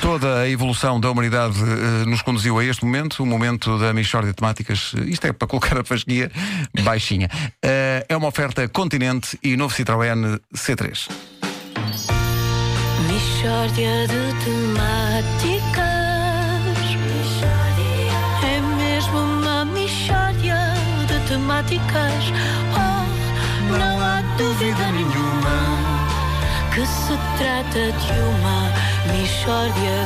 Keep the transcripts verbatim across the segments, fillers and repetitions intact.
Toda a evolução da humanidade uh, nos conduziu a este momento, o momento da mixórdia de temáticas. Isto é para colocar a fasquia baixinha. Uh, é uma oferta Continente e novo Citroën C três. Mixórdia de temáticas. É mesmo uma mixórdia de temáticas. Oh, não há dúvida nenhuma que se trata de uma mixórdia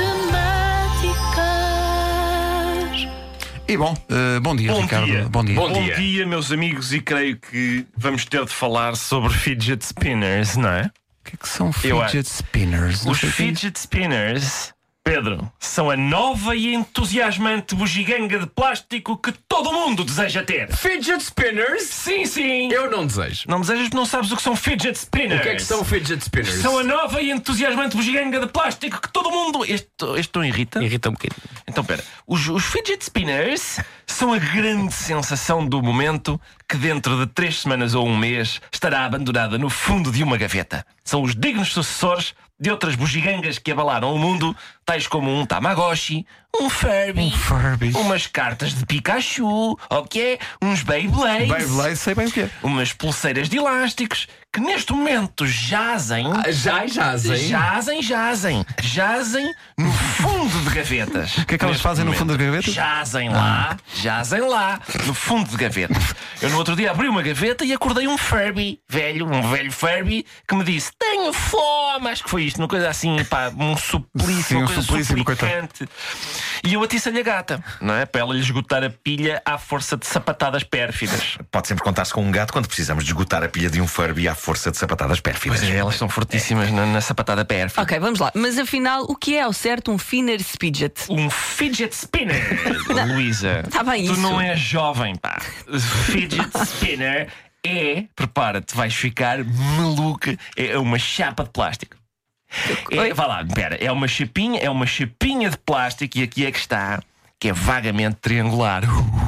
de temáticas. E bom, uh, bom dia, Bom Ricardo. dia. Bom dia. Bom dia, meus amigos, e creio que vamos ter de falar sobre fidget spinners, não é? O que é que são Eu fidget acho- spinners? Não Os sei o que é isso. fidget spinners, Pedro, são a nova e entusiasmante bugiganga de plástico que todo mundo deseja ter. Fidget spinners? Sim, sim. Eu não desejo. Não desejas porque não sabes o que são fidget spinners. O que é que são fidget spinners? São a nova e entusiasmante bugiganga de plástico que todo mundo... Este, este tom irrita? Irrita um bocadinho. Então, pera, os, os fidget spinners são a grande sensação do momento que dentro de três semanas ou um mês estará abandonada no fundo de uma gaveta. São os dignos sucessores de outras bugigangas que abalaram o mundo, tais como um Tamagotchi, um Furby, Um Furby. umas cartas de Pikachu, ou que é, uns Beyblades, Beyblade, sei bem o que é. umas pulseiras de elásticos, que neste momento jazem... Ah, já jazem? Jazem, jazem, jazem no fundo de gavetas. O que é que elas Neste fazem no momento. fundo das gavetas? Jazem lá, jazem lá, no fundo de gavetas. Eu no outro dia abri uma gaveta e acordei um Furby, velho, um velho Furby, que me disse: tenho fome. Acho que foi isto, uma coisa assim, pá, um suplício, Sim, um uma coisa suplício, coitado. suplicante. E eu atiçei-lhe a gata, não é? Para ela lhe esgotar a pilha à força de sapatadas pérfidas. Pode sempre contar-se com um gato quando precisamos de esgotar a pilha de um Furby à força de sapatadas pérfidas. Pois é, elas são fortíssimas na, na sapatada pérfida. Ok, vamos lá. Mas afinal, o que é ao certo um Finner Fidget? Um fidget spinner, Luísa. Tá bem Tu isso. não és jovem, pá. Fidget spinner é, prepara-te, vais ficar maluca. É uma chapa de plástico. É, Oi? vá lá, pera, é uma chapinha, é uma chapinha de plástico e aqui é que está, que é vagamente triangular.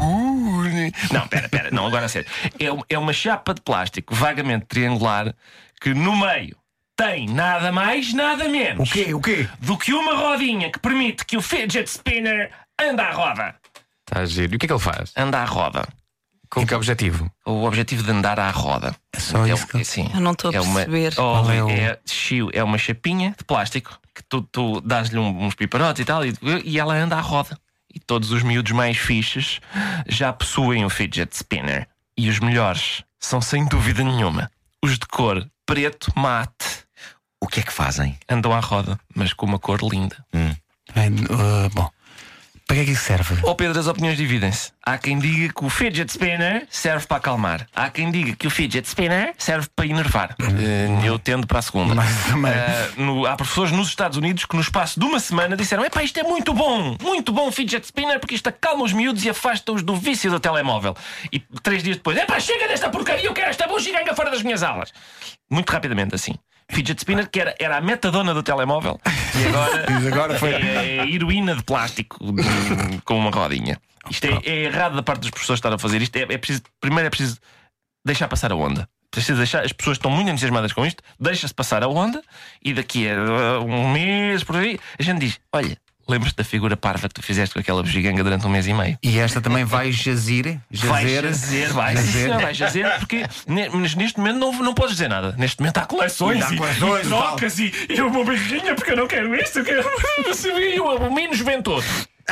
Não, pera, pera, não, agora a sério. É, um- é uma chapa de plástico vagamente triangular que no meio tem nada mais, nada menos O quê? O quê? do que uma rodinha que permite que o fidget spinner ande à roda. Está a giro. E o que é que ele faz? Anda à roda. Com que objetivo? O objetivo de andar à roda. É só isso que- sim. Eu não estou a é uma, perceber. Oh, Qual é o- é, chiu, é uma chapinha de plástico que tu, tu dás-lhe um- uns piparotes e tal e, e ela anda à roda. E todos os miúdos mais fixes já possuem o fidget spinner. E os melhores são, sem dúvida nenhuma, os de cor preto mate. O que é que fazem? Andam à roda, mas com uma cor linda. Bem, uh, bom, para que é que isso serve? Ó Pedro, as opiniões dividem-se. Há quem diga que o fidget spinner serve para acalmar. Há quem diga que o fidget spinner serve para enervar. Eh, Eu tendo para a segunda. Mas também. Eh, no- há professores nos Estados Unidos que no espaço de uma semana disseram: epá, isto é muito bom, muito bom o fidget spinner, porque isto acalma os miúdos e afasta-os do vício do telemóvel. E três dias depois: epá, chega desta porcaria, eu quero esta bugiganga fora das minhas aulas. Muito rapidamente assim. Fidget spinner, que era, era a metadona do telemóvel, e agora, Diz agora foi- é a heroína de plástico de- com uma rodinha. Isto é, é errado da parte dos professores estar a fazer isto. É, é preciso, primeiro é preciso deixar passar a onda. Precisa deixar, as pessoas estão muito entusiasmadas com isto, deixa-se passar a onda e daqui a uh, um mês por aí a gente diz: olha, lembras-te da figura parva que tu fizeste com aquela bugiganga durante um mês e meio? E esta também vai jazir? Vai Jazer? jazer, vai, sim, senhor, vai jazer, porque ne- mas neste momento não, não podes dizer nada. Neste momento há coleções, Há e, coleções e e tal. trocas e, e uma beijinha porque eu não quero isto, eu quero e o menos ventoso.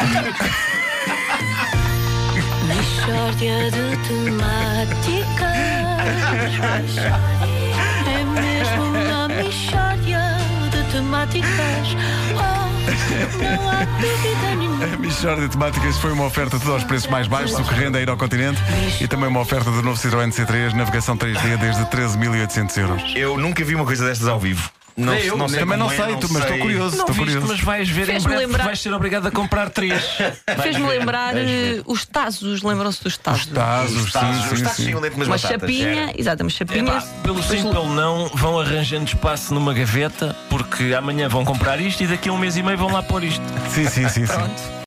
Mixórdia de temáticas. É mesmo uma mixórdia de temáticas. Oh, não há dúvida nenhuma. A mixórdia de temáticas foi uma oferta de aos preços mais baixos, o que rende a ir ao continente, e também uma oferta do novo Citroën C três, navegação três D desde treze mil e oitocentos euros. Eu nunca vi uma coisa destas ao vivo. Não, Nem eu, não sei Também como não é, sei, tu, mas sei. estou curioso. Não Estou viste, curioso. mas vais ver em Fez-me breve, lembrar- vais ser obrigado a comprar três. Vais Fez-me ver, lembrar vais ver. eh, os Tazos. Lembram-se dos Tazos? Tazos, Os tazos, sim, os sim, tazos sim. tinham dentro umas Uma batatas. chapinha, exato, uma chapinha. Epá, pelo sim, pelo não, vão arranjando espaço numa gaveta, porque amanhã vão comprar isto e daqui a um mês e meio vão lá pôr isto. Sim, sim, sim, sim. Pronto.